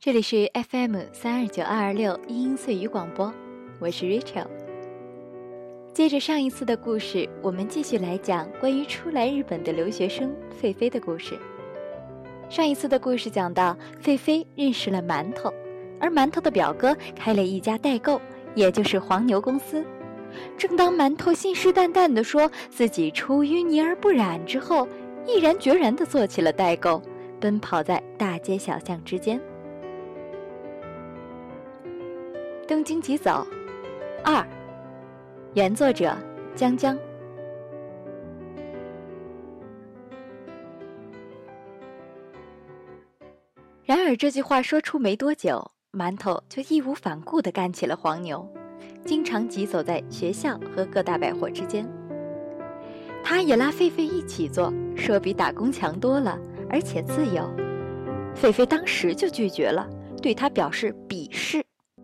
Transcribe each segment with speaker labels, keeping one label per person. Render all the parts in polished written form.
Speaker 1: 这里是 FM3292261英碎语广播，我是 Rachel。 接着上一次的故事，我们继续来讲关于初来日本的留学生狒狒的故事。上一次的故事讲到，狒狒认识了馒头，而馒头的表哥开了一家代购，也就是黄牛公司。正当馒头信誓旦旦地说自己出淤泥而不染之后，毅然决然地做起了代购，奔跑在大街小巷之间。东京急走2，原作者江江。然而这句话说出没多久，馒头就义无反顾地干起了黄牛，经常疾走在学校和各大百货之间。他也拉狒狒一起做，说比打工强多了，而且自由。狒狒当时就拒绝了，对他表示鄙视。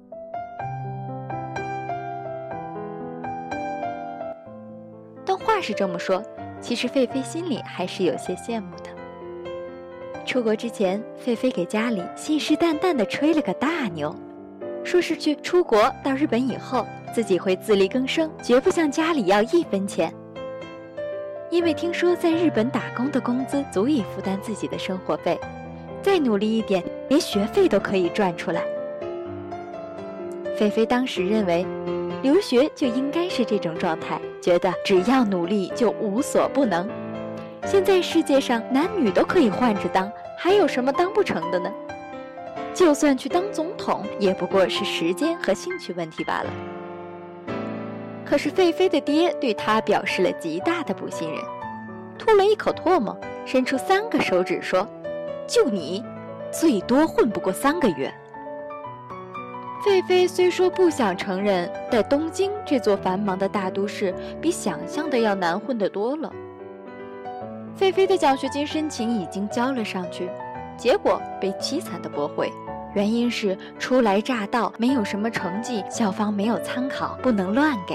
Speaker 1: 但话是这么说，其实狒狒心里还是有些羡慕的。出国之前，狒狒给家里信誓旦旦地吹了个大牛，说是去出国到日本以后，自己会自力更生，绝不向家里要1分钱。因为听说在日本打工的工资足以负担自己的生活费，再努力一点，连学费都可以赚出来。狒狒当时认为留学就应该是这种状态，觉得只要努力就无所不能。现在世界上男女都可以换着当，还有什么当不成的呢？就算去当总统，也不过是时间和兴趣问题罢了。可是狒狒的爹对他表示了极大的不信任，吐了一口唾沫，伸出3个手指说：就你，最多混不过3个月。狒狒虽说不想承认，但东京这座繁忙的大都市比想象的要难混得多了。狒狒的奖学金申请已经交了上去，结果被凄惨的驳回，原因是初来乍到，没有什么成绩，校方没有参考，不能乱给。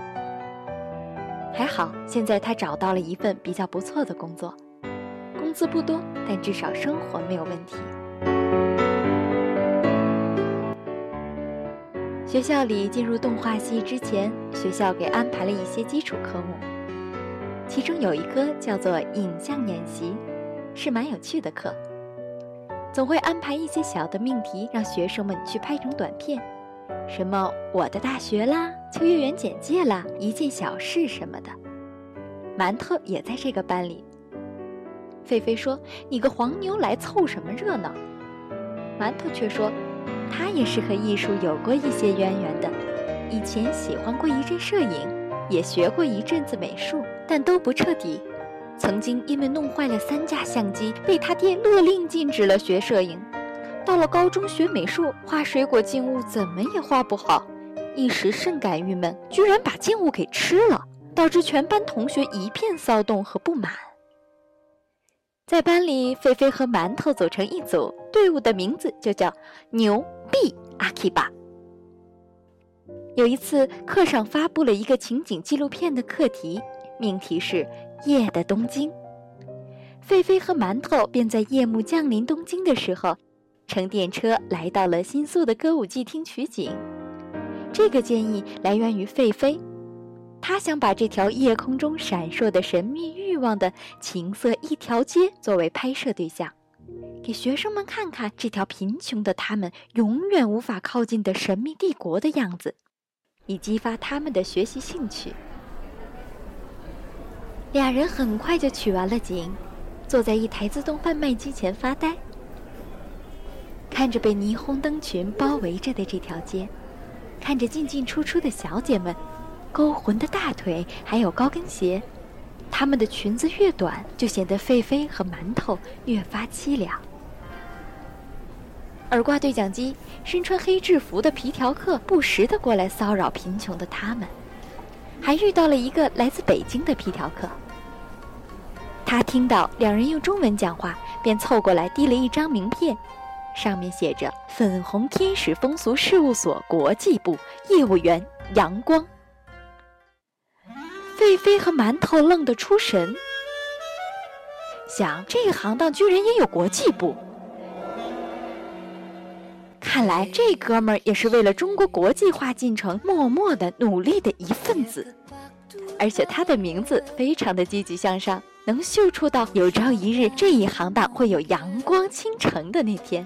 Speaker 1: 还好，现在他找到了一份比较不错的工作，工资不多，但至少生活没有问题。学校里进入动画系之前，学校给安排了一些基础科目，其中有一科叫做影像演习，是蛮有趣的课。总会安排一些小的命题，让学生们去拍成短片，什么我的大学啦，秋叶原简介啦，一件小事什么的。馒头也在这个班里。狒狒说：你个黄牛来凑什么热闹？馒头却说他也是和艺术有过一些渊源的，以前喜欢过一阵摄影，也学过一阵子美术，但都不彻底。曾经因为弄坏了3架相机，被他爹勒令禁止了学摄影。到了高中学美术，画水果静物怎么也画不好，一时甚感郁闷，居然把静物给吃了，导致全班同学一片骚动和不满。在班里，狒狒和馒头组成一组，队伍的名字就叫牛逼阿基巴。有一次课上发布了一个情景纪录片的课题，命题是夜的东京。狒狒和馒头便在夜幕降临东京的时候，乘电车来到了新宿的歌舞伎町取景。这个建议来源于狒狒，他想把这条夜空中闪烁的神秘欲望的情色一条街作为拍摄对象，给学生们看看这条贫穷的他们永远无法靠近的神秘帝国的样子，以激发他们的学习兴趣。俩人很快就取完了景，坐在一台自动贩卖机前发呆，看着被霓虹灯群包围着的这条街，看着进进出出的小姐们，勾魂的大腿，还有高跟鞋，她们的裙子越短，就显得狒狒和馒头越发凄凉。耳挂对讲机，身穿黑制服的皮条客不时地过来骚扰贫穷的他们，还遇到了一个来自北京的皮条客。他听到两人用中文讲话，便凑过来递了一张名片，上面写着粉红天使风俗事务所国际部业务员阳光。狒狒和馒头愣得出神，想这个行当居然也有国际部。 看来这哥们儿也是为了中国国际化进程默默的努力的一份子，而且他的名字非常的积极向上，能嗅出到有朝一日这一行当会有阳光倾城的那天。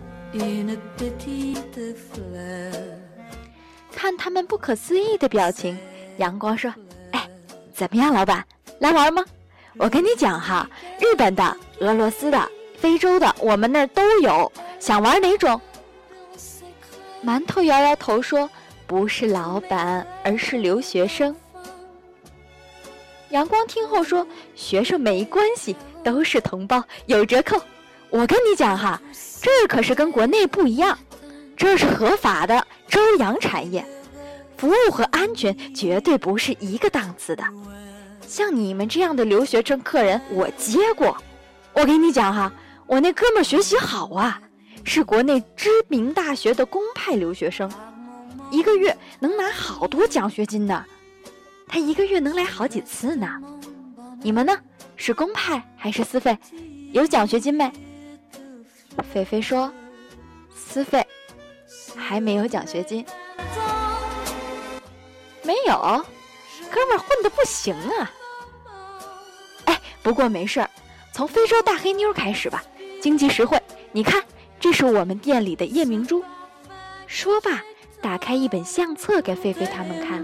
Speaker 1: 看他们不可思议的表情，阳光说：哎，怎么样老板，来玩吗？我跟你讲哈，日本的、俄罗斯的、非洲的，我们那儿都有，想玩哪种？馒头摇摇头说：不是老板，而是留学生。阳光听后说：学生没关系，都是同胞，有折扣。我跟你讲哈，这可是跟国内不一样，这是合法的朝阳产业，服务和安全绝对不是一个档次的。像你们这样的留学生客人我接过，我跟你讲哈，我那哥们儿学习好啊，是国内知名大学的公派留学生，一个月能拿好多奖学金呢，他一个月能来好几次呢。你们呢，是公派还是私费？有奖学金没？菲菲说：私费，还没有奖学金。没有，哥们儿混得不行啊。哎，不过没事儿，从非洲大黑妞开始吧，经济实惠。你看，这是我们店里的夜明珠。说罢，打开一本相册给菲菲他们看。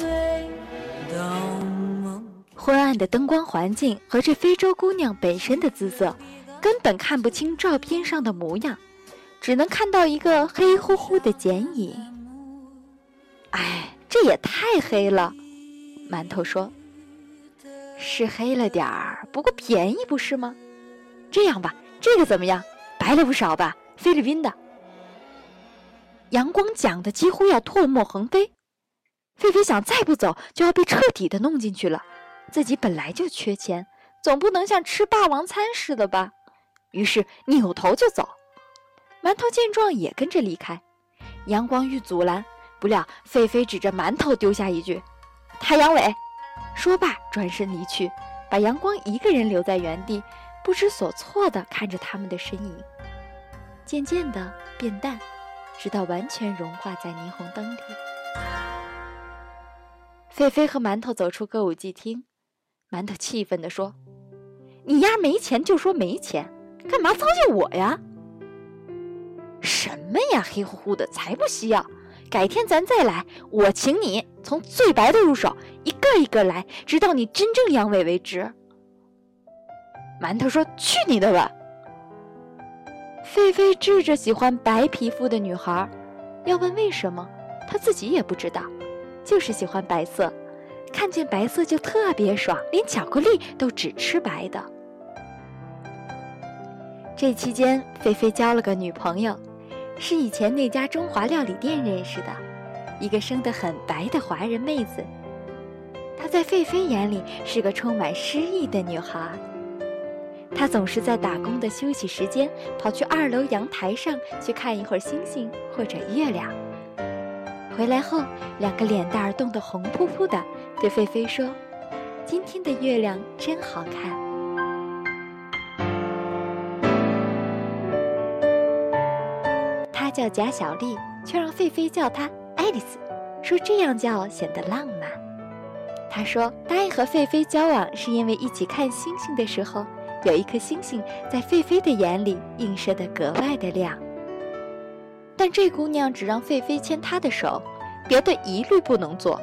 Speaker 1: 昏暗的灯光环境和这非洲姑娘本身的姿色，根本看不清照片上的模样，只能看到一个黑乎乎的剪影。哎，这也太黑了，馒头说。是黑了点儿，不过便宜不是吗？这样吧，这个怎么样？白了不少吧，菲律宾的。阳光讲的几乎要唾沫横飞，菲菲想再不走就要被彻底的弄进去了，自己本来就缺钱，总不能像吃霸王餐似的吧。于是扭头就走，馒头见状也跟着离开。阳光欲阻拦，不料菲菲指着馒头丢下一句：他阳痿。说罢转身离去，把阳光一个人留在原地，不知所措地看着他们的身影，渐渐地变淡，直到完全融化在霓虹灯里。菲菲和馒头走出歌舞伎厅，馒头气愤地说：你丫没钱就说没钱，干嘛糟践我呀？什么呀，黑乎乎的才不需要，改天咱再来，我请你从最白的入手，一个一个来，直到你真正阳痿为止。馒头说：去你的吧。菲菲指着喜欢白皮肤的女孩，要问为什么，她自己也不知道，就是喜欢白色，看见白色就特别爽，连巧克力都只吃白的。这期间，菲菲交了个女朋友，是以前那家中华料理店认识的，一个生得很白的华人妹子。她在菲菲眼里是个充满诗意的女孩。她总是在打工的休息时间跑去2楼阳台上去看一会儿星星或者月亮。回来后，2个脸蛋冻得红扑扑的，对菲菲说：今天的月亮真好看。她叫贾小丽，却让菲菲叫她爱丽丝，说这样叫显得浪漫。她说答应和菲菲交往是因为一起看星星的时候，有一颗星星在菲菲的眼里映射得格外的亮。但这姑娘只让菲菲牵她的手，别的一律不能做。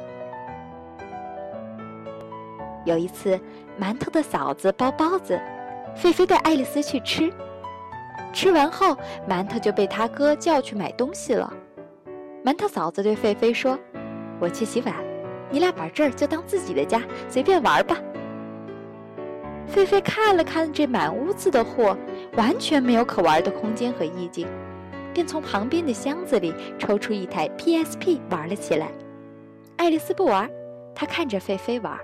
Speaker 1: 有一次，馒头的嫂子包包子，菲菲带爱丽丝去吃。吃完后，馒头就被他哥叫去买东西了。馒头嫂子对菲菲说：我去洗碗，你俩把这儿就当自己的家，随便玩吧。菲菲看了看这满屋子的货，完全没有可玩的空间和意境，便从旁边的箱子里抽出一台 PSP 玩了起来。爱丽丝不玩，她看着菲菲玩。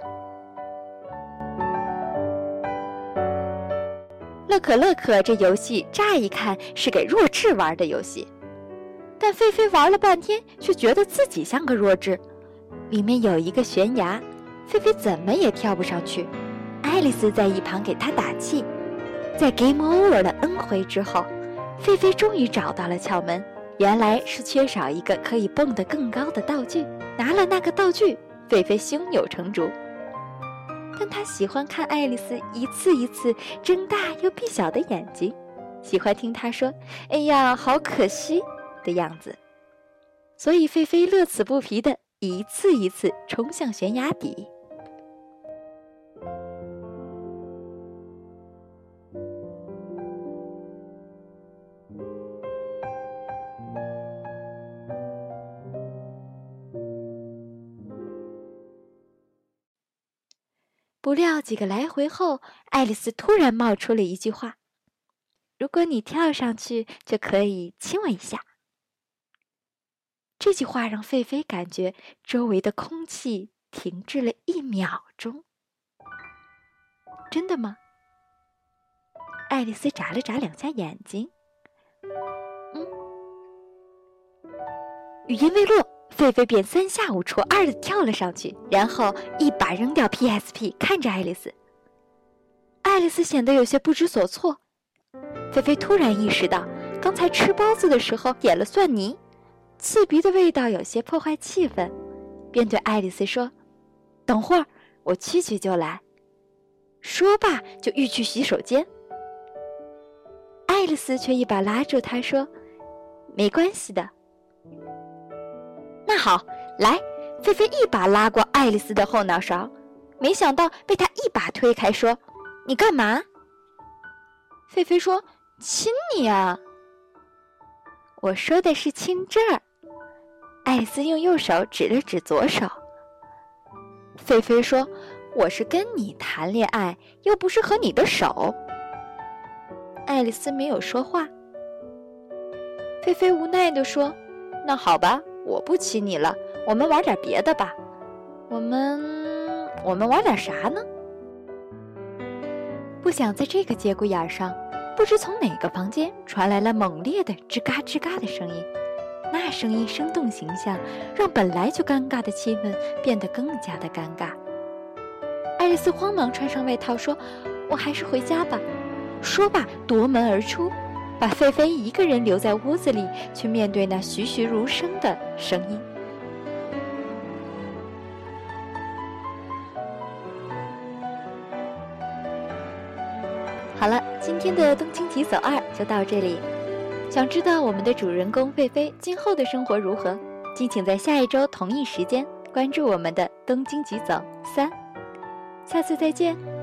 Speaker 1: 乐可乐可这游戏乍一看是给弱智玩的游戏，但菲菲玩了半天却觉得自己像个弱智。里面有一个悬崖，菲菲怎么也跳不上去，爱丽丝在一旁给她打气。在 Game Over 的 N 回之后，菲菲终于找到了窍门， 原来是缺少一个可以蹦得更高的道具。拿了那个道具，狒狒胸有成竹。但他喜欢看爱丽丝一次一次睁大又闭小的眼睛，喜欢听她说哎呀好可惜的样子，所以狒狒乐此不疲地一次一次冲向悬崖底。不料几个来回后，爱丽丝突然冒出了一句话：如果你跳上去，就可以亲我一下。这句话让狒狒感觉周围的空气停滞了1秒钟。真的吗？爱丽丝眨了眨2下眼睛。语音未落，狒狒便3下5除2地跳了上去，然后一把扔掉 PSP， 看着爱丽丝。爱丽丝显得有些不知所措。狒狒突然意识到，刚才吃包子的时候点了蒜泥，刺鼻的味道有些破坏气氛，便对爱丽丝说：等会儿我去就来。说罢就欲去洗手间。爱丽丝却一把拉住他说：没关系的。那好，来，狒狒一把拉过爱丽丝的后脑勺，没想到被她一把推开，说：你干嘛？狒狒说：亲你啊。我说的是亲这儿。爱丽丝用右手指了指左手。狒狒说：我是跟你谈恋爱，又不是和你的手。爱丽丝没有说话。狒狒无奈地说：那好吧，我不亲你了，我们玩点别的吧。我们玩点啥呢？不想在这个节骨眼上，不知从哪个房间传来了猛烈的吱嘎吱嘎的声音。那声音生动形象，让本来就尴尬的气氛变得更加的尴尬。爱丽丝慌忙穿上外套说：我还是回家吧。说罢夺门而出，把狒狒一个人留在屋子里，去面对那栩栩如生的声音。好了，今天的《东京极走2》就到这里。想知道我们的主人公狒狒今后的生活如何，敬请在下一周同一时间关注我们的《东京极走3》。下次再见。